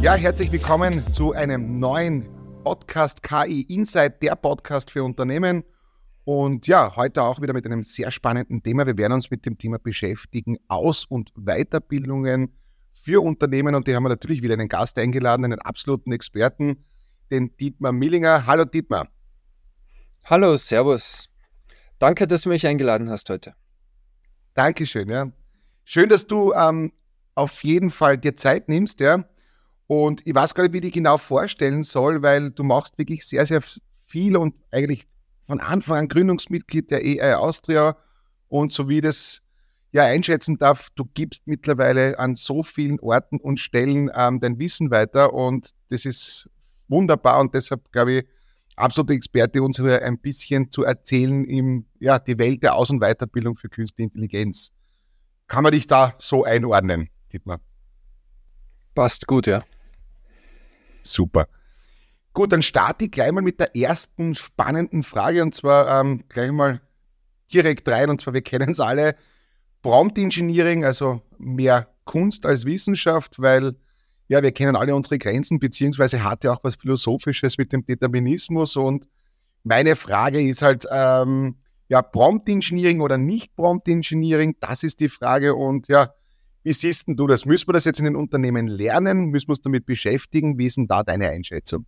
Ja, herzlich willkommen zu einem neuen Podcast KI Insight, der Podcast für Unternehmen. Und ja, heute auch wieder mit einem sehr spannenden Thema. Wir werden uns mit dem Thema beschäftigen, Aus- und Weiterbildungen für Unternehmen. Und die haben wir natürlich wieder einen Gast eingeladen, einen absoluten Experten, den Dietmar Millinger. Hallo Dietmar. Hallo, servus. Danke, dass du mich eingeladen hast heute. Dankeschön. Ja. Schön, dass du auf jeden Fall dir Zeit nimmst. Ja. Und ich weiß gar nicht, wie ich dich genau vorstellen soll, weil du machst wirklich sehr, sehr viel und eigentlich von Anfang an Gründungsmitglied der AI Austria. Und so wie ich das ja einschätzen darf, du gibst mittlerweile an so vielen Orten und Stellen dein Wissen weiter. Und das ist wunderbar. Und deshalb, glaube ich, absolute Experte, uns hier ein bisschen zu erzählen die Welt der Aus- und Weiterbildung für Künstliche Intelligenz. Kann man dich da so einordnen, Dietmar? Passt gut, ja. Super. Gut, dann starte ich gleich mal mit der ersten spannenden Frage und zwar gleich mal direkt rein und zwar, wir kennen es alle, Prompt Engineering, also mehr Kunst als Wissenschaft, weil ja, wir kennen alle unsere Grenzen, beziehungsweise hat ja auch was Philosophisches mit dem Determinismus und meine Frage ist halt, Prompt Engineering oder nicht Prompt Engineering, das ist die Frage und ja, wie siehst denn du das? Müssen wir das jetzt in den Unternehmen lernen? Müssen wir uns damit beschäftigen? Wie ist denn da deine Einschätzung?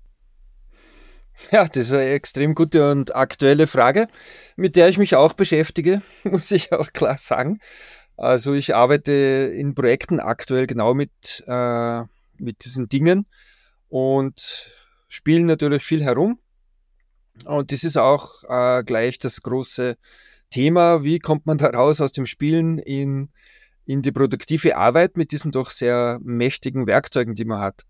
Ja, das ist eine extrem gute und aktuelle Frage, mit der ich mich auch beschäftige, muss ich auch klar sagen. Also ich arbeite in Projekten aktuell genau mit diesen Dingen und spiele natürlich viel herum. Und das ist auch gleich das große Thema, wie kommt man da raus aus dem Spielen in die produktive Arbeit mit diesen doch sehr mächtigen Werkzeugen, die man hat.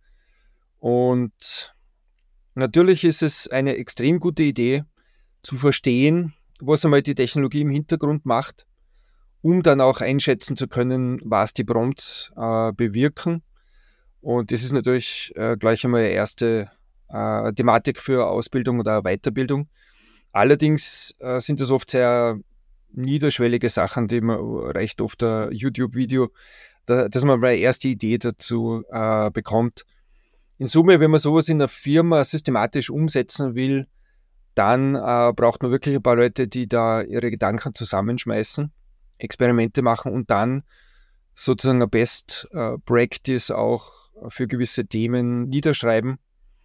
Und natürlich ist es eine extrem gute Idee, zu verstehen, was einmal die Technologie im Hintergrund macht, um dann auch einschätzen zu können, was die Prompts bewirken. Und das ist natürlich gleich einmal eine erste Thematik für Ausbildung oder Weiterbildung. Allerdings sind das oft sehr niederschwellige Sachen, die man reicht oft ein YouTube-Video, dass man mal eine erste Idee dazu bekommt. In Summe, wenn man sowas in einer Firma systematisch umsetzen will, dann braucht man wirklich ein paar Leute, die da ihre Gedanken zusammenschmeißen, Experimente machen und dann sozusagen eine Best Practice auch für gewisse Themen niederschreiben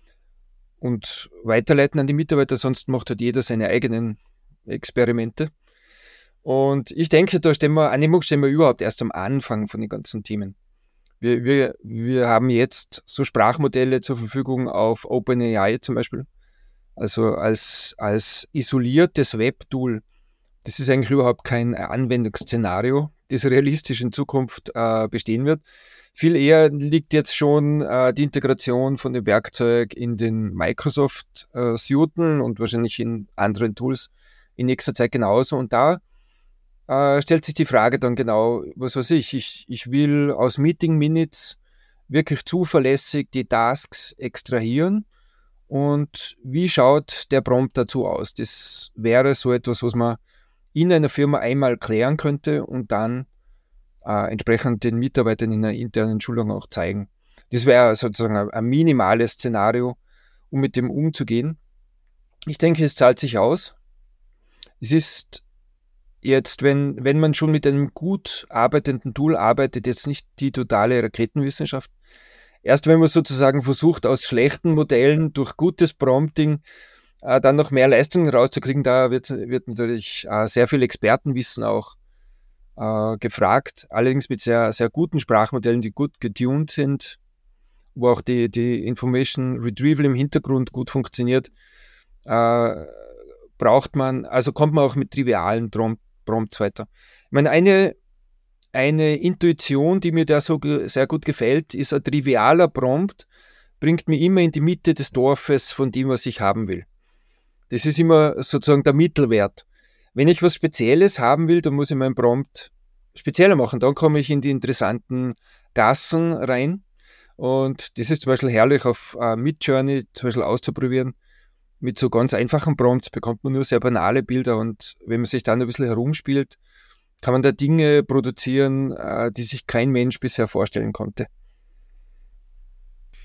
und weiterleiten an die Mitarbeiter, sonst macht halt jeder seine eigenen Experimente. Und ich denke, da stehen wir überhaupt erst am Anfang von den ganzen Themen. Wir haben jetzt so Sprachmodelle zur Verfügung auf OpenAI zum Beispiel, also als isoliertes Webtool. Das ist eigentlich überhaupt kein Anwendungsszenario, das realistisch in Zukunft bestehen wird. Viel eher liegt jetzt schon die Integration von dem Werkzeug in den Microsoft-Suiten und wahrscheinlich in anderen Tools in nächster Zeit genauso. Und da stellt sich die Frage dann genau, was weiß ich will aus Meeting Minutes wirklich zuverlässig die Tasks extrahieren und wie schaut der Prompt dazu aus? Das wäre so etwas, was man in einer Firma einmal klären könnte und dann entsprechend den Mitarbeitern in einer internen Schulung auch zeigen. Das wäre sozusagen ein minimales Szenario, um mit dem umzugehen. Ich denke, es zahlt sich aus. Es ist jetzt, wenn man schon mit einem gut arbeitenden Tool arbeitet, jetzt nicht die totale Raketenwissenschaft. Erst wenn man sozusagen versucht, aus schlechten Modellen durch gutes Prompting dann noch mehr Leistungen rauszukriegen, da wird natürlich sehr viel Expertenwissen auch gefragt. Allerdings mit sehr, sehr guten Sprachmodellen, die gut getuned sind, wo auch die Information Retrieval im Hintergrund gut funktioniert, kommt man auch mit trivialen Prompts weiter. Ich meine, eine Intuition, die mir da so sehr gut gefällt, ist ein trivialer Prompt, bringt mich immer in die Mitte des Dorfes von dem, was ich haben will. Das ist immer sozusagen der Mittelwert. Wenn ich was Spezielles haben will, dann muss ich meinen Prompt spezieller machen. Dann komme ich in die interessanten Gassen rein. Und das ist zum Beispiel herrlich auf Midjourney zum Beispiel auszuprobieren. Mit so ganz einfachen Prompts bekommt man nur sehr banale Bilder und wenn man sich dann ein bisschen herumspielt, kann man da Dinge produzieren, die sich kein Mensch bisher vorstellen konnte.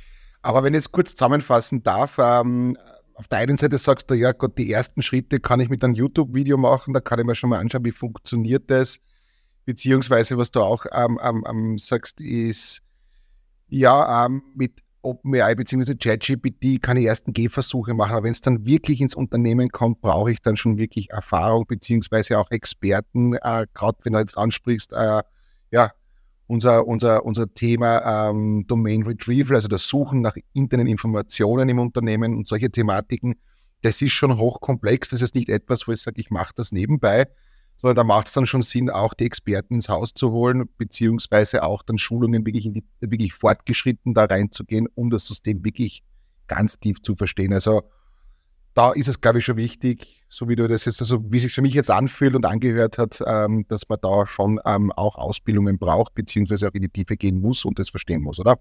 Aber wenn ich jetzt kurz zusammenfassen darf, auf der einen Seite sagst du, ja Gott, die ersten Schritte kann ich mit einem YouTube-Video machen, da kann ich mir schon mal anschauen, wie funktioniert das, beziehungsweise was du auch sagst, ist, ja, mit OpenAI bzw. ChatGPT kann ich ersten Gehversuche machen, aber wenn es dann wirklich ins Unternehmen kommt, brauche ich dann schon wirklich Erfahrung beziehungsweise auch Experten, gerade wenn du jetzt ansprichst, ja, unser Thema Domain Retrieval, also das Suchen nach internen Informationen im Unternehmen und solche Thematiken, das ist schon hochkomplex. Das ist nicht etwas, wo ich sage, ich mache das nebenbei, sondern da macht es dann schon Sinn, auch die Experten ins Haus zu holen, beziehungsweise auch dann Schulungen wirklich fortgeschritten da reinzugehen, um das System wirklich ganz tief zu verstehen. Also da ist es, glaube ich, schon wichtig, so wie du das jetzt, also wie es sich für mich jetzt anfühlt und angehört hat, dass man da schon auch Ausbildungen braucht, beziehungsweise auch in die Tiefe gehen muss und das verstehen muss, oder?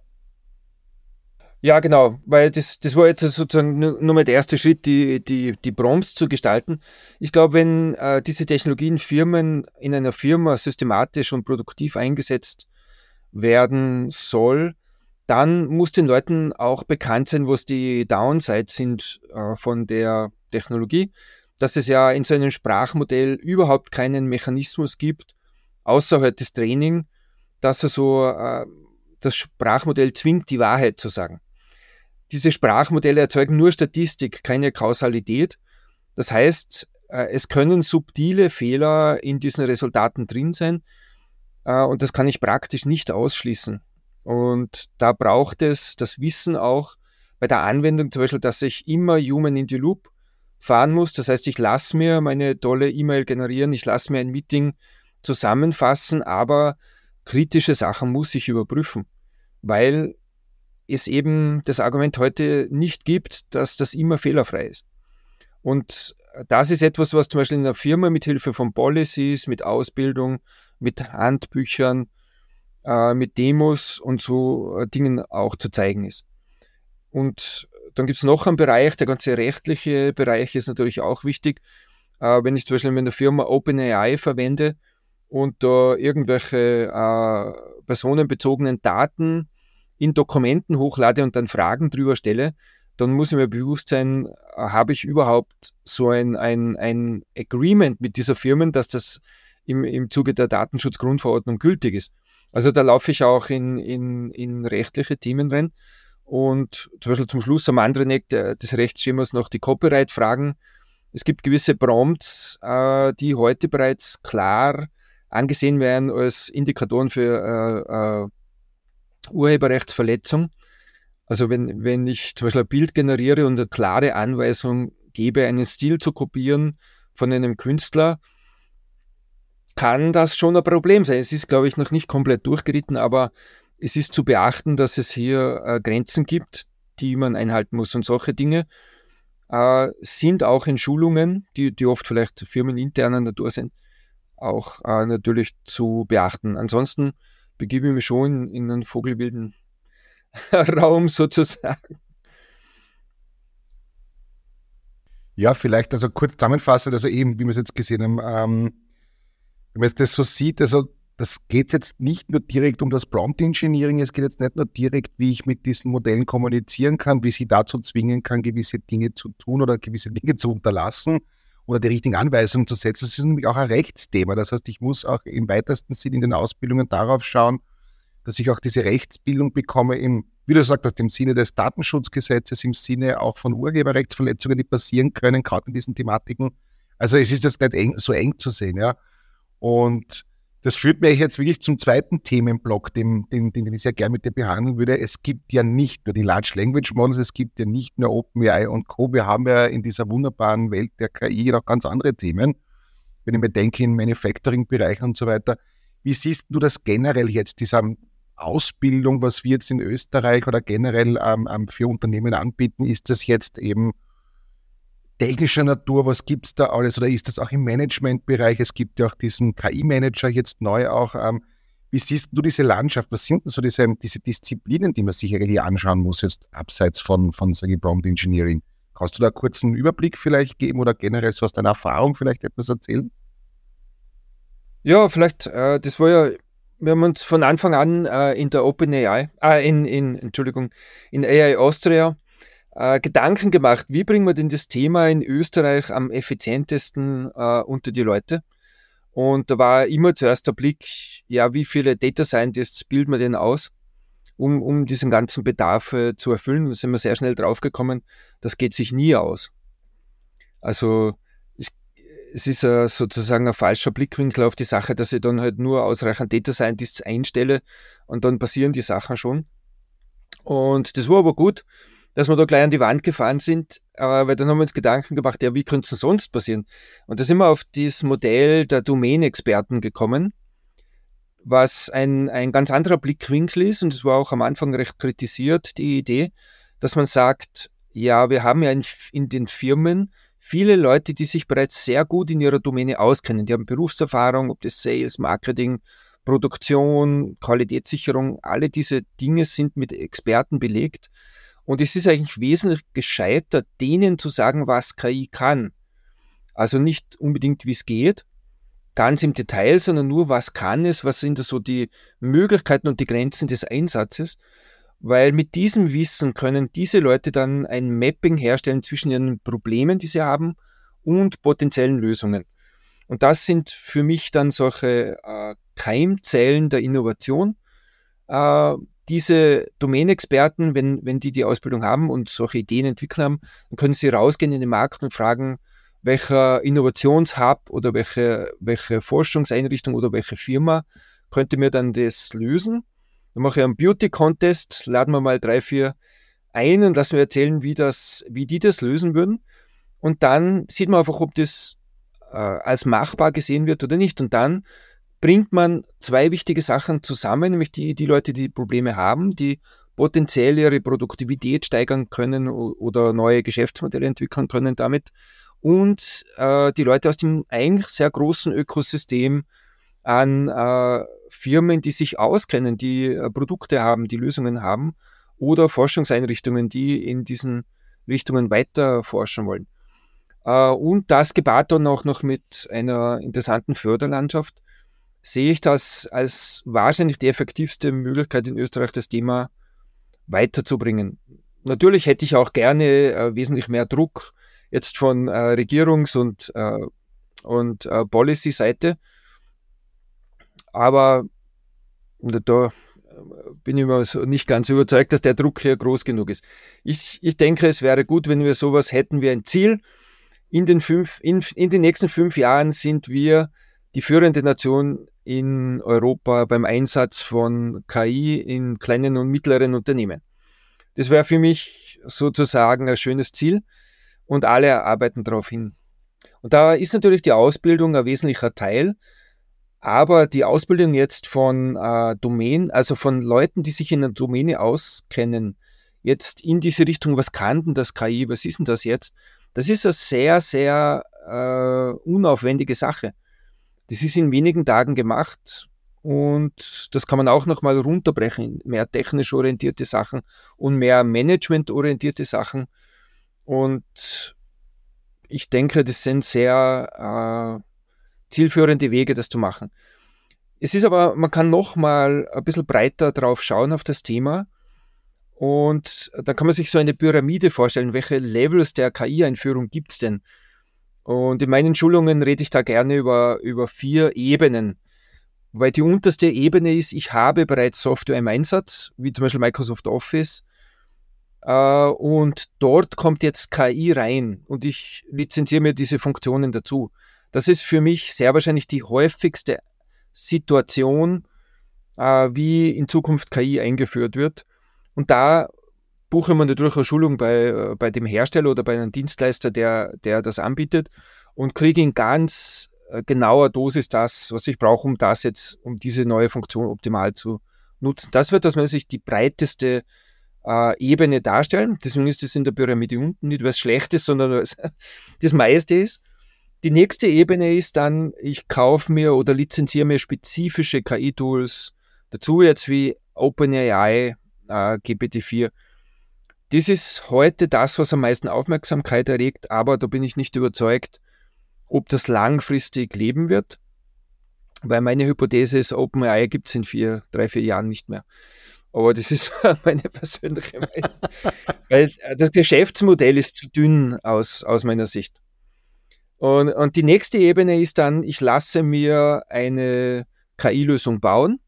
Ja, genau, weil das war jetzt sozusagen nur mal der erste Schritt, die Prompts zu gestalten. Ich glaube, wenn diese Technologien in einer Firma systematisch und produktiv eingesetzt werden soll, dann muss den Leuten auch bekannt sein, was die Downsides sind von der Technologie, dass es ja in so einem Sprachmodell überhaupt keinen Mechanismus gibt, außer halt das Training, dass das Sprachmodell zwingt, die Wahrheit zu sagen. Diese Sprachmodelle erzeugen nur Statistik, keine Kausalität. Das heißt, es können subtile Fehler in diesen Resultaten drin sein und das kann ich praktisch nicht ausschließen. Und da braucht es das Wissen auch bei der Anwendung zum Beispiel, dass ich immer Human in the Loop fahren muss. Das heißt, ich lasse mir meine tolle E-Mail generieren, ich lasse mir ein Meeting zusammenfassen, aber kritische Sachen muss ich überprüfen, weil es eben das Argument heute nicht gibt, dass das immer fehlerfrei ist. Und das ist etwas, was zum Beispiel in einer Firma mit Hilfe von Policies, mit Ausbildung, mit Handbüchern, mit Demos und so Dingen auch zu zeigen ist. Und dann gibt es noch einen Bereich, der ganze rechtliche Bereich ist natürlich auch wichtig. Wenn ich zum Beispiel in einer Firma OpenAI verwende und da irgendwelche personenbezogenen Daten in Dokumenten hochlade und dann Fragen drüber stelle, dann muss ich mir bewusst sein, habe ich überhaupt so ein Agreement mit dieser Firma, dass das im Zuge der Datenschutzgrundverordnung gültig ist. Also da laufe ich auch in rechtliche Themen rein. Und zum Beispiel zum Schluss am anderen Eck des Rechtsschemas noch die Copyright-Fragen. Es gibt gewisse Prompts, die heute bereits klar angesehen werden als Indikatoren für Urheberrechtsverletzung. Also wenn ich zum Beispiel ein Bild generiere und eine klare Anweisung gebe, einen Stil zu kopieren von einem Künstler, kann das schon ein Problem sein. Es ist, glaube ich, noch nicht komplett durchgeritten, aber es ist zu beachten, dass es hier Grenzen gibt, die man einhalten muss. Und solche Dinge sind auch in Schulungen, die oft vielleicht firmeninterner Natur sind, auch natürlich zu beachten. Ansonsten begebe ich mich schon in einen vogelwilden Raum sozusagen. Ja, vielleicht also kurz zusammenfassend, also eben, wie wir es jetzt gesehen haben, wenn man das so sieht, also das geht jetzt nicht nur direkt um das Prompt Engineering, es geht jetzt nicht nur direkt, wie ich mit diesen Modellen kommunizieren kann, wie sie dazu zwingen kann, gewisse Dinge zu tun oder gewisse Dinge zu unterlassen oder die richtigen Anweisungen zu setzen. Das ist nämlich auch ein Rechtsthema. Das heißt, ich muss auch im weitesten Sinn in den Ausbildungen darauf schauen, dass ich auch diese Rechtsbildung bekomme, wie du sagst, im Sinne des Datenschutzgesetzes, im Sinne auch von Urheberrechtsverletzungen, die passieren können, gerade in diesen Thematiken. Also es ist jetzt nicht so eng zu sehen, ja. Und das führt mich jetzt wirklich zum zweiten Themenblock, den ich sehr gerne mit dir behandeln würde. Es gibt ja nicht nur die Large Language Models, es gibt ja nicht nur OpenAI und Co. Wir haben ja in dieser wunderbaren Welt der KI noch ganz andere Themen. Wenn ich mir denke, in Manufacturing-Bereichen und so weiter. Wie siehst du das generell jetzt, dieser Ausbildung, was wir jetzt in Österreich oder generell für Unternehmen anbieten? Ist das jetzt eben technischer Natur, was gibt es da alles? Oder ist das auch im Managementbereich? Es gibt ja auch diesen KI-Manager jetzt neu auch. Wie siehst du diese Landschaft? Was sind denn so diese Disziplinen, die man sich eigentlich anschauen muss, jetzt abseits von sage ich, Prompt Engineering? Kannst du da kurz einen Überblick vielleicht geben oder generell so aus deiner Erfahrung vielleicht etwas erzählen? Ja, vielleicht, das war ja wir haben uns von Anfang an in der OpenAI, in AI Austria Gedanken gemacht, wie bringen wir denn das Thema in Österreich am effizientesten unter die Leute? Und da war immer zuerst der Blick, ja, wie viele Data Scientists bilden wir denn aus, um diesen ganzen Bedarf zu erfüllen? Da sind wir sehr schnell draufgekommen, das geht sich nie aus. Also es ist sozusagen ein falscher Blickwinkel auf die Sache, dass ich dann halt nur ausreichend Data Scientists einstelle und dann passieren die Sachen schon. Und das war aber gut, dass wir da gleich an die Wand gefahren sind, weil dann haben wir uns Gedanken gemacht, ja, wie könnte es denn sonst passieren? Und da sind wir auf das Modell der Domain-Experten gekommen, was ein ganz anderer Blickwinkel ist, und es war auch am Anfang recht kritisiert, die Idee, dass man sagt, ja, wir haben ja in den Firmen viele Leute, die sich bereits sehr gut in ihrer Domäne auskennen. Die haben Berufserfahrung, ob das Sales, Marketing, Produktion, Qualitätssicherung, alle diese Dinge sind mit Experten belegt. Und es ist eigentlich wesentlich gescheiter, denen zu sagen, was KI kann. Also nicht unbedingt, wie es geht, ganz im Detail, sondern nur, was kann es, was sind da so die Möglichkeiten und die Grenzen des Einsatzes. Weil mit diesem Wissen können diese Leute dann ein Mapping herstellen zwischen ihren Problemen, die sie haben, und potenziellen Lösungen. Und das sind für mich dann solche Keimzellen der Innovation. Diese Domänexperten, wenn die Ausbildung haben und solche Ideen entwickelt haben, dann können sie rausgehen in den Markt und fragen, welcher Innovationshub oder welche Forschungseinrichtung oder welche Firma könnte mir dann das lösen. Dann mache ich einen Beauty-Contest, laden wir mal 3, 4 ein und lassen wir erzählen, wie die das lösen würden. Und dann sieht man einfach, ob das als machbar gesehen wird oder nicht. Und dann bringt man 2 wichtige Sachen zusammen, nämlich die Leute, die Probleme haben, die potenziell ihre Produktivität steigern können oder neue Geschäftsmodelle entwickeln können damit, und die Leute aus dem eigentlich sehr großen Ökosystem an Firmen, die sich auskennen, die Produkte haben, die Lösungen haben, oder Forschungseinrichtungen, die in diesen Richtungen weiter forschen wollen. Und das gepaart dann auch noch mit einer interessanten Förderlandschaft, sehe ich das als wahrscheinlich die effektivste Möglichkeit in Österreich, das Thema weiterzubringen. Natürlich hätte ich auch gerne wesentlich mehr Druck jetzt von Regierungs- und Policy-Seite, aber da bin ich mir so nicht ganz überzeugt, dass der Druck hier groß genug ist. Ich denke, es wäre gut, wenn wir sowas hätten wie ein Ziel. In den nächsten 5 Jahren sind wir die führende Nation in Europa beim Einsatz von KI in kleinen und mittleren Unternehmen. Das wäre für mich sozusagen ein schönes Ziel und alle arbeiten darauf hin. Und da ist natürlich die Ausbildung ein wesentlicher Teil, aber die Ausbildung jetzt von Domain, also von Leuten, die sich in der Domäne auskennen, jetzt in diese Richtung, was kann denn das KI, was ist denn das jetzt? Das ist eine sehr, sehr unaufwendige Sache. Das ist in wenigen Tagen gemacht und das kann man auch nochmal runterbrechen. Mehr technisch orientierte Sachen und mehr management-orientierte Sachen. Und ich denke, das sind sehr zielführende Wege, das zu machen. Es ist aber, man kann nochmal ein bisschen breiter drauf schauen auf das Thema. Und da kann man sich so eine Pyramide vorstellen, welche Levels der KI-Einführung gibt es denn? Und in meinen Schulungen rede ich da gerne über 4 Ebenen. Weil die unterste Ebene ist, ich habe bereits Software im Einsatz, wie zum Beispiel Microsoft Office. Und dort kommt jetzt KI rein und ich lizenziere mir diese Funktionen dazu. Das ist für mich sehr wahrscheinlich die häufigste Situation, wie in Zukunft KI eingeführt wird. Und da buche man natürlich eine Schulung bei dem Hersteller oder bei einem Dienstleister, der das anbietet, und kriege in ganz genauer Dosis das, was ich brauche, um diese neue Funktion optimal zu nutzen. Das wird aus meiner Sicht die breiteste Ebene darstellen. Deswegen ist es in der Pyramide unten nicht was Schlechtes, sondern was das meiste ist. Die nächste Ebene ist dann, ich kaufe mir oder lizenziere mir spezifische KI-Tools dazu, jetzt wie OpenAI, GPT-4. Das ist heute das, was am meisten Aufmerksamkeit erregt, aber da bin ich nicht überzeugt, ob das langfristig leben wird. Weil meine Hypothese ist, OpenAI gibt es in 3-4 Jahren nicht mehr. Aber das ist meine persönliche Meinung. Weil das Geschäftsmodell ist zu dünn aus meiner Sicht. Und die nächste Ebene ist dann, ich lasse mir eine KI-Lösung bauen.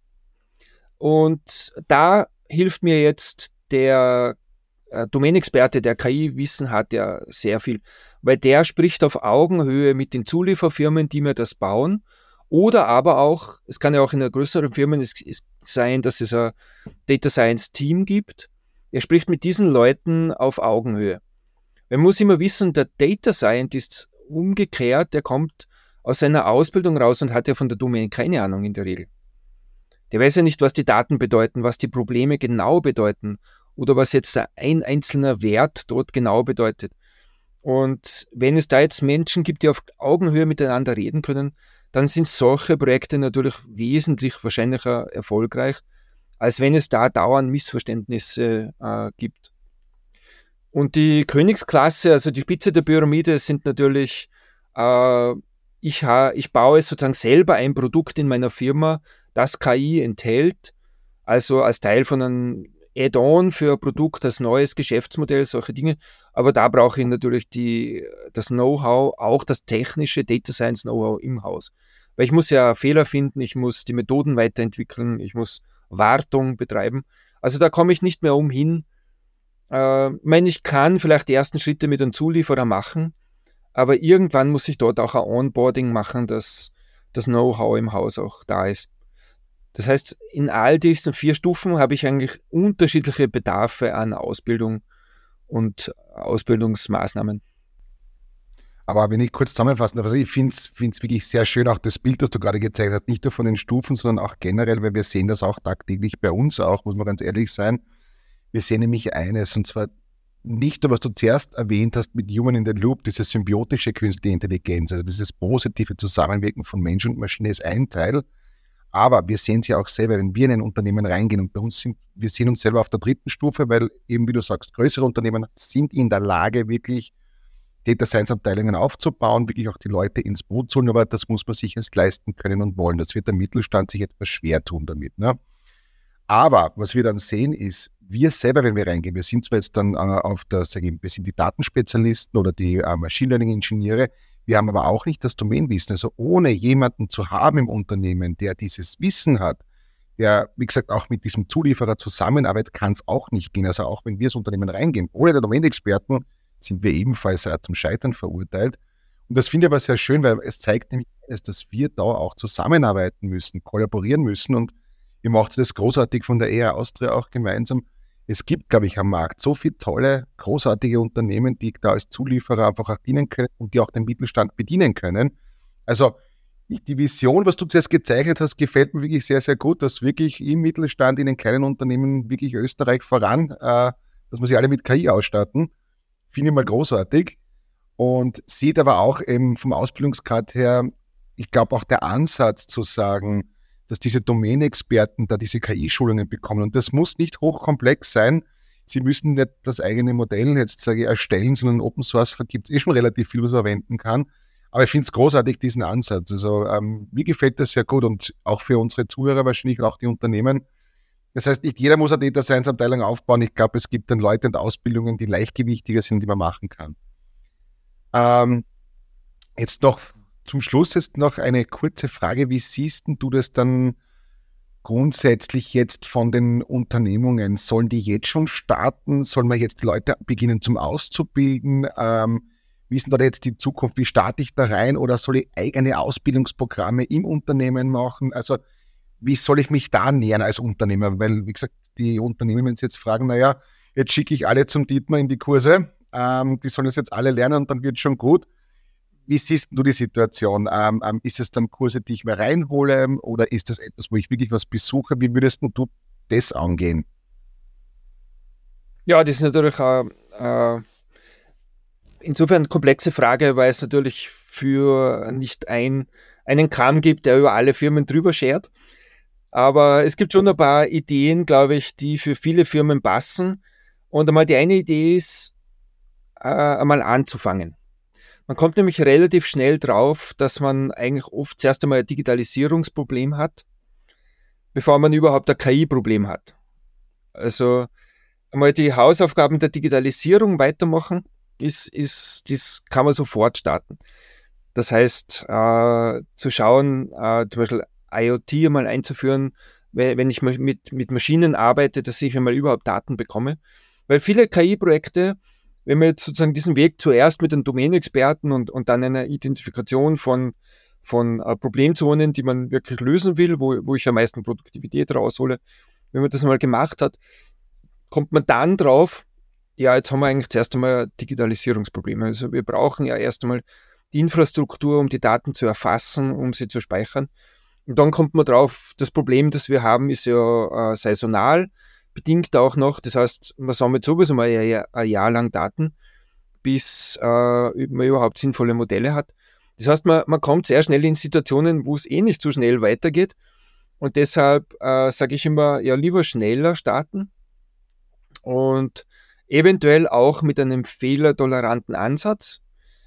Und da hilft mir jetzt der Domänexperte, der KI-Wissen hat, ja sehr viel. Weil der spricht auf Augenhöhe mit den Zulieferfirmen, die mir das bauen. Oder aber auch, es kann ja auch in einer größeren Firma sein, dass es ein Data Science Team gibt. Er spricht mit diesen Leuten auf Augenhöhe. Man muss immer wissen, der Data Scientist umgekehrt, der kommt aus seiner Ausbildung raus und hat ja von der Domäne keine Ahnung in der Regel. Der weiß ja nicht, was die Daten bedeuten, was die Probleme genau bedeuten oder was jetzt ein einzelner Wert dort genau bedeutet. Und wenn es da jetzt Menschen gibt, die auf Augenhöhe miteinander reden können, dann sind solche Projekte natürlich wesentlich wahrscheinlicher erfolgreich, als wenn es da dauernd Missverständnisse gibt. Und die Königsklasse, also die Spitze der Pyramide, sind natürlich, ich baue sozusagen selber ein Produkt in meiner Firma, das KI enthält, also als Teil von einem Add-on für ein Produkt, das neues Geschäftsmodell, solche Dinge. Aber da brauche ich natürlich das Know-how, auch das technische Data Science Know-how im Haus. Weil ich muss ja Fehler finden, ich muss die Methoden weiterentwickeln, ich muss Wartung betreiben. Also da komme ich nicht mehr umhin. Ich kann vielleicht die ersten Schritte mit einem Zulieferer machen, aber irgendwann muss ich dort auch ein Onboarding machen, dass das Know-how im Haus auch da ist. Das heißt, in all diesen 4 Stufen habe ich eigentlich unterschiedliche Bedarfe an Ausbildung und Ausbildungsmaßnahmen. Aber wenn ich kurz zusammenfassen darf, also ich finde es wirklich sehr schön, auch das Bild, das du gerade gezeigt hast, nicht nur von den Stufen, sondern auch generell, weil wir sehen das auch tagtäglich bei uns auch, muss man ganz ehrlich sein. Wir sehen nämlich eines, und zwar nicht nur, was du zuerst erwähnt hast mit Human in the Loop, diese symbiotische künstliche Intelligenz, also dieses positive Zusammenwirken von Mensch und Maschine ist ein Teil, aber wir sehen es ja auch selber, wenn wir in ein Unternehmen reingehen und bei uns wir sehen uns selber auf der 3. Stufe, weil eben, wie du sagst, größere Unternehmen sind in der Lage, wirklich Data Science Abteilungen aufzubauen, wirklich auch die Leute ins Boot zu holen, aber das muss man sich erst leisten können und wollen. Das wird der Mittelstand sich etwas schwer tun damit. Ne? Aber was wir dann sehen ist, wir selber, wenn wir reingehen, wir sind zwar jetzt dann wir sind die Datenspezialisten oder die Machine Learning Ingenieure, wir haben aber auch nicht das Domainwissen. Also ohne jemanden zu haben im Unternehmen, der dieses Wissen hat, der, wie gesagt, auch mit diesem Zulieferer zusammenarbeitet, kann es auch nicht gehen. Also auch wenn wir ins Unternehmen reingehen, ohne den Domainexperten, sind wir ebenfalls zum Scheitern verurteilt. Und das finde ich aber sehr schön, weil es zeigt nämlich, dass wir da auch zusammenarbeiten müssen, kollaborieren müssen. Und ihr macht das großartig von der ER Austria auch gemeinsam. Es gibt, glaube ich, am Markt so viele tolle, großartige Unternehmen, die da als Zulieferer einfach auch dienen können und die auch den Mittelstand bedienen können. Also die Vision, was du zuerst gezeichnet hast, gefällt mir wirklich sehr, sehr gut, dass wirklich im Mittelstand, in den kleinen Unternehmen wirklich Österreich voran, dass wir sie alle mit KI ausstatten. Finde ich mal großartig. Und sieht aber auch eben vom Ausbildungsgrad her, ich glaube auch der Ansatz zu sagen, dass diese Domänexperten da diese KI-Schulungen bekommen. Und das muss nicht hochkomplex sein. Sie müssen nicht das eigene Modell jetzt, sage ich, erstellen, sondern Open Source gibt es schon relativ viel, was man verwenden kann. Aber ich finde es großartig, diesen Ansatz. Also mir gefällt das sehr gut und auch für unsere Zuhörer wahrscheinlich, auch die Unternehmen. Das heißt, nicht jeder muss eine Data Science Abteilung aufbauen. Ich glaube, es gibt dann Leute und Ausbildungen, die leichtgewichtiger sind, die man machen kann. Jetzt noch zum Schluss jetzt noch eine kurze Frage. Wie siehst du das dann grundsätzlich jetzt von den Unternehmungen? Sollen die jetzt schon starten? Sollen wir jetzt die Leute beginnen zum Auszubilden? Wie ist denn da jetzt die Zukunft? Wie starte ich da rein? Oder soll ich eigene Ausbildungsprogramme im Unternehmen machen? Also wie soll ich mich da nähern als Unternehmer? Weil, wie gesagt, die Unternehmen, wenn sie jetzt fragen, naja, jetzt schicke ich alle zum Dietmar in die Kurse, die sollen das jetzt alle lernen und dann wird es schon gut. Wie siehst du die Situation? Ist es dann Kurse, die ich mir reinhole oder ist das etwas, wo ich wirklich was besuche? Wie würdest du das angehen? Ja, das ist natürlich insofern eine komplexe Frage, weil es natürlich für nicht einen Kamm gibt, der über alle Firmen drüber schert. Aber es gibt schon ein paar Ideen, glaube ich, die für viele Firmen passen. Und einmal die eine Idee ist, einmal anzufangen. Man kommt nämlich relativ schnell drauf, dass man eigentlich oft zuerst einmal ein Digitalisierungsproblem hat, bevor man überhaupt ein KI-Problem hat. Also einmal die Hausaufgaben der Digitalisierung weitermachen, das kann man sofort starten. Das heißt, zu schauen, zum Beispiel IoT einmal einzuführen, wenn ich mit Maschinen arbeite, dass ich einmal überhaupt Daten bekomme. Weil viele KI-Projekte, wenn man jetzt sozusagen diesen Weg zuerst mit einem Domänexperten und dann einer Identifikation von Problemzonen, die man wirklich lösen will, wo ich am meisten Produktivität raushole, wenn man das mal gemacht hat, kommt man dann drauf, ja, jetzt haben wir eigentlich zuerst einmal Digitalisierungsprobleme. Also wir brauchen ja erst einmal die Infrastruktur, um die Daten zu erfassen, um sie zu speichern. Und dann kommt man drauf, das Problem, das wir haben, ist ja saisonal, bedingt auch noch. Das heißt, man sammelt sowieso mal ein Jahr lang Daten, bis man überhaupt sinnvolle Modelle hat. Das heißt, man kommt sehr schnell in Situationen, wo es nicht so schnell weitergeht. Und deshalb sage ich immer, ja, lieber schneller starten und eventuell auch mit einem fehlertoleranten Ansatz.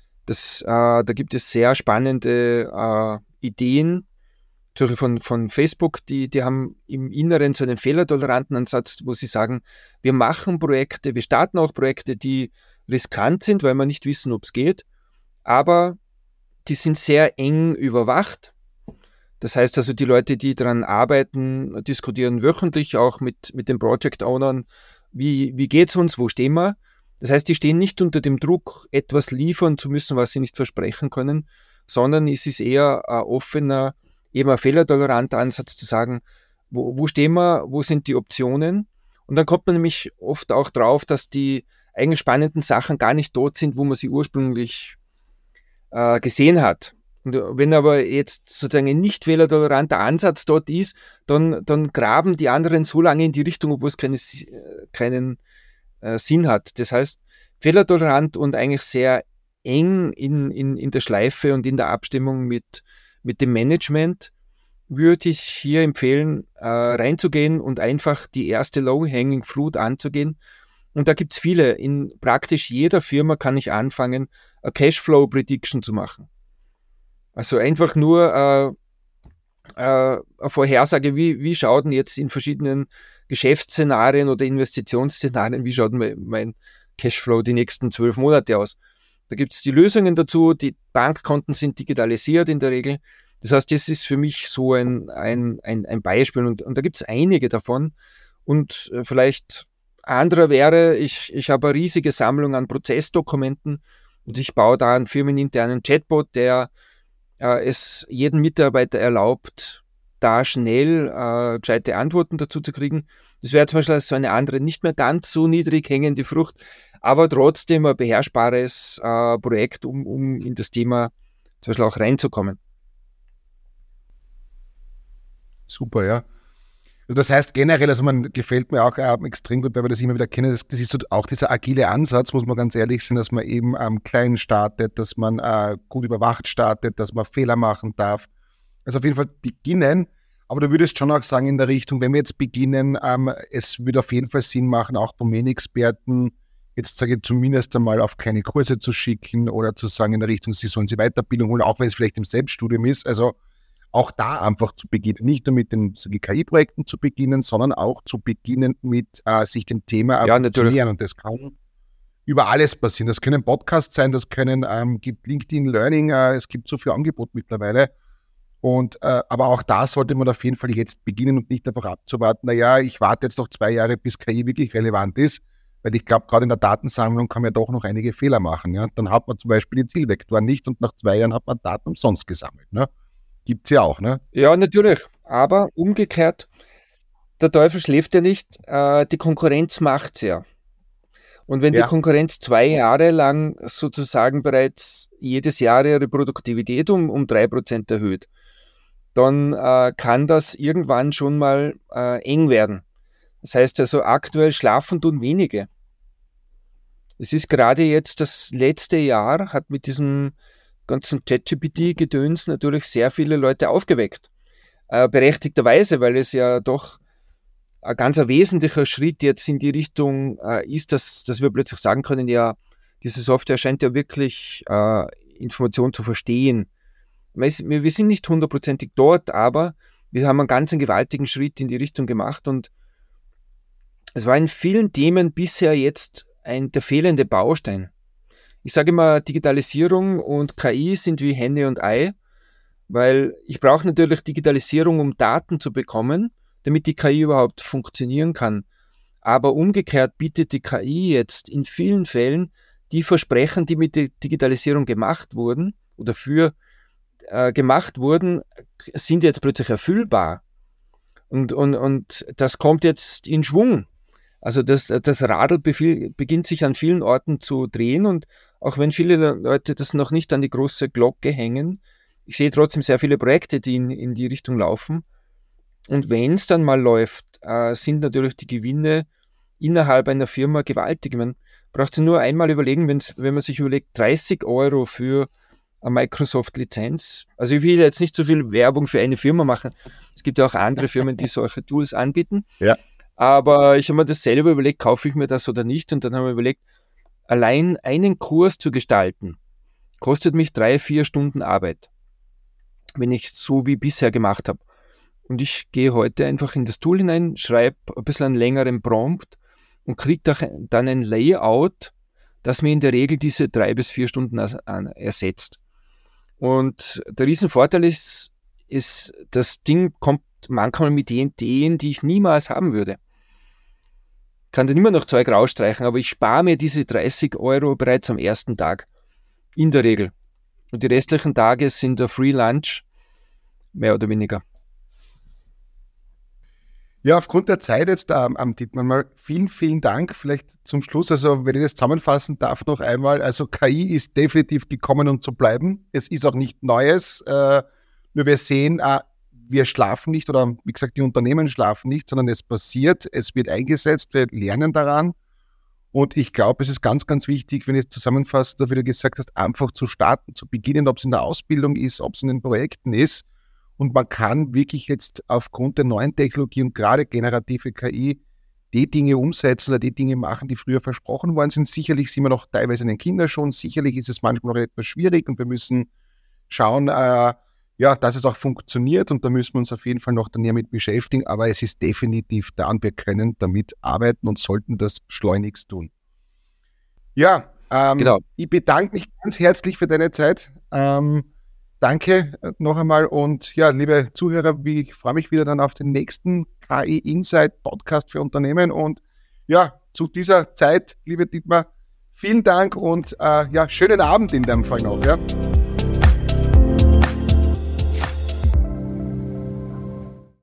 Da gibt es sehr spannende Ideen, zum Beispiel von Facebook, die haben im Inneren so einen fehlertoleranten Ansatz, wo sie sagen, wir machen Projekte, wir starten auch Projekte, die riskant sind, weil wir nicht wissen, ob es geht, aber die sind sehr eng überwacht. Das heißt also, die Leute, die daran arbeiten, diskutieren wöchentlich auch mit den Project Ownern, wie geht's uns, wo stehen wir? Das heißt, die stehen nicht unter dem Druck, etwas liefern zu müssen, was sie nicht versprechen können, sondern es ist eher ein offener, eben ein fehlertoleranter Ansatz zu sagen, wo stehen wir, wo sind die Optionen? Und dann kommt man nämlich oft auch drauf, dass die eigentlich spannenden Sachen gar nicht dort sind, wo man sie ursprünglich gesehen hat. Und wenn aber jetzt sozusagen ein nicht fehlertoleranter Ansatz dort ist, dann graben die anderen so lange in die Richtung, obwohl es keinen Sinn hat. Das heißt, fehlertolerant und eigentlich sehr eng in der Schleife und in der Abstimmung mit dem Management würde ich hier empfehlen, reinzugehen und einfach die erste Low-Hanging Fruit anzugehen. Und da gibt's viele. In praktisch jeder Firma kann ich anfangen, eine Cashflow-Prediction zu machen. Also einfach nur eine Vorhersage, wie schaut denn jetzt in verschiedenen Geschäftsszenarien oder Investitionsszenarien, wie schaut mein Cashflow die nächsten 12 Monate aus? Da gibt es die Lösungen dazu, die Bankkonten sind digitalisiert in der Regel. Das heißt, das ist für mich so ein Beispiel und da gibt es einige davon. Und vielleicht anderer wäre, ich habe eine riesige Sammlung an Prozessdokumenten und ich baue da einen firmeninternen Chatbot, der es jedem Mitarbeiter erlaubt, da schnell gescheite Antworten dazu zu kriegen. Das wäre zum Beispiel so eine andere, nicht mehr ganz so niedrig hängende Frucht, aber trotzdem ein beherrschbares Projekt, um in das Thema zum Beispiel auch reinzukommen. Super, ja. Also das heißt generell, also man gefällt mir auch extrem gut, weil wir das immer wieder kennen, das ist so auch dieser agile Ansatz, muss man ganz ehrlich sein, dass man eben klein startet, dass man gut überwacht startet, dass man Fehler machen darf. Also auf jeden Fall beginnen, aber du würdest schon auch sagen in der Richtung, wenn wir jetzt beginnen, es würde auf jeden Fall Sinn machen, auch Domänexperten jetzt sage ich zumindest einmal auf kleine Kurse zu schicken oder zu sagen in der Richtung, sie sollen sie Weiterbildung holen, auch wenn es vielleicht im Selbststudium ist, also auch da einfach zu beginnen, nicht nur mit den KI-Projekten zu beginnen, sondern auch zu beginnen mit sich dem Thema zu nähern. Und das kann über alles passieren. Das können Podcasts sein, das gibt LinkedIn Learning, es gibt so viel Angebot mittlerweile. Und aber auch da sollte man auf jeden Fall jetzt beginnen und nicht einfach abzuwarten, naja, ich warte jetzt noch 2 Jahre, bis KI wirklich relevant ist, weil ich glaube, gerade in der Datensammlung kann man ja doch noch einige Fehler machen. Ja? Dann hat man zum Beispiel die Zielvektoren nicht und nach 2 Jahren hat man Daten umsonst gesammelt. Ne? Gibt es ja auch, ne? Ja, natürlich. Aber umgekehrt, der Teufel schläft ja nicht, die Konkurrenz macht's ja. Und wenn die Konkurrenz 2 Jahre lang sozusagen bereits jedes Jahr ihre Produktivität um 3% erhöht, dann kann das irgendwann schon mal eng werden. Das heißt also, aktuell schlafen tun wenige. Es ist gerade jetzt das letzte Jahr, hat mit diesem ganzen ChatGPT-Gedöns natürlich sehr viele Leute aufgeweckt. Berechtigterweise, weil es ja doch ein ganz wesentlicher Schritt jetzt in die Richtung ist, dass wir plötzlich sagen können, ja, diese Software scheint ja wirklich Information zu verstehen. Wir sind nicht 100%ig dort, aber wir haben einen ganz gewaltigen Schritt in die Richtung gemacht und es war in vielen Themen bisher jetzt der fehlende Baustein. Ich sage immer, Digitalisierung und KI sind wie Henne und Ei, weil ich brauche natürlich Digitalisierung, um Daten zu bekommen, damit die KI überhaupt funktionieren kann. Aber umgekehrt bietet die KI jetzt in vielen Fällen die Versprechen, die mit der Digitalisierung gemacht wurden oder gemacht wurden, sind jetzt plötzlich erfüllbar. Und das kommt jetzt in Schwung. Also das Radl beginnt sich an vielen Orten zu drehen und auch wenn viele Leute das noch nicht an die große Glocke hängen, ich sehe trotzdem sehr viele Projekte, die in die Richtung laufen. Und wenn es dann mal läuft, sind natürlich die Gewinne innerhalb einer Firma gewaltig. Man braucht sich nur einmal überlegen, wenn man sich überlegt, 30 € für eine Microsoft-Lizenz. Also ich will jetzt nicht so viel Werbung für eine Firma machen. Es gibt ja auch andere Firmen, die solche Tools anbieten. Ja. Aber ich habe mir das selber überlegt, kaufe ich mir das oder nicht? Und dann habe ich mir überlegt, allein einen Kurs zu gestalten, kostet mich 3-4 Stunden Arbeit, wenn ich so wie bisher gemacht habe. Und ich gehe heute einfach in das Tool hinein, schreibe ein bisschen einen längeren Prompt und kriege dann ein Layout, das mir in der Regel diese 3 bis 4 Stunden ersetzt. Und der Riesenvorteil ist, das Ding kommt manchmal mit Ideen, die ich niemals haben würde. Ich kann dann immer noch Zeug rausstreichen, aber ich spare mir diese 30 € bereits am ersten Tag. In der Regel. Und die restlichen Tage sind der Free Lunch, mehr oder weniger. Ja, aufgrund der Zeit jetzt, Dietmar, mal vielen, vielen Dank. Vielleicht zum Schluss, also wenn ich das zusammenfassen darf noch einmal, also KI ist definitiv gekommen, um zu bleiben. Es ist auch nicht Neues, nur wir sehen, wir schlafen nicht oder wie gesagt, die Unternehmen schlafen nicht, sondern es passiert, es wird eingesetzt, wir lernen daran. Und ich glaube, es ist ganz, ganz wichtig, wenn ich es zusammenfasse, wie du gesagt hast, einfach zu starten, zu beginnen, ob es in der Ausbildung ist, ob es in den Projekten ist. Und man kann wirklich jetzt aufgrund der neuen Technologie und gerade generative KI die Dinge umsetzen oder die Dinge machen, die früher versprochen worden sind. Sicherlich sind wir noch teilweise in den Kinderschuhen, sicherlich ist es manchmal noch etwas schwierig und wir müssen schauen, dass es auch funktioniert und da müssen wir uns auf jeden Fall noch näher mit beschäftigen, aber es ist definitiv da und wir können damit arbeiten und sollten das schleunigst tun. Ja, genau. Ich bedanke mich ganz herzlich für deine Zeit. Danke noch einmal und ja, liebe Zuhörer, ich freue mich wieder dann auf den nächsten KI Insight Podcast für Unternehmen und ja, zu dieser Zeit, liebe Dietmar, vielen Dank und schönen Abend in deinem Fall noch. Ja.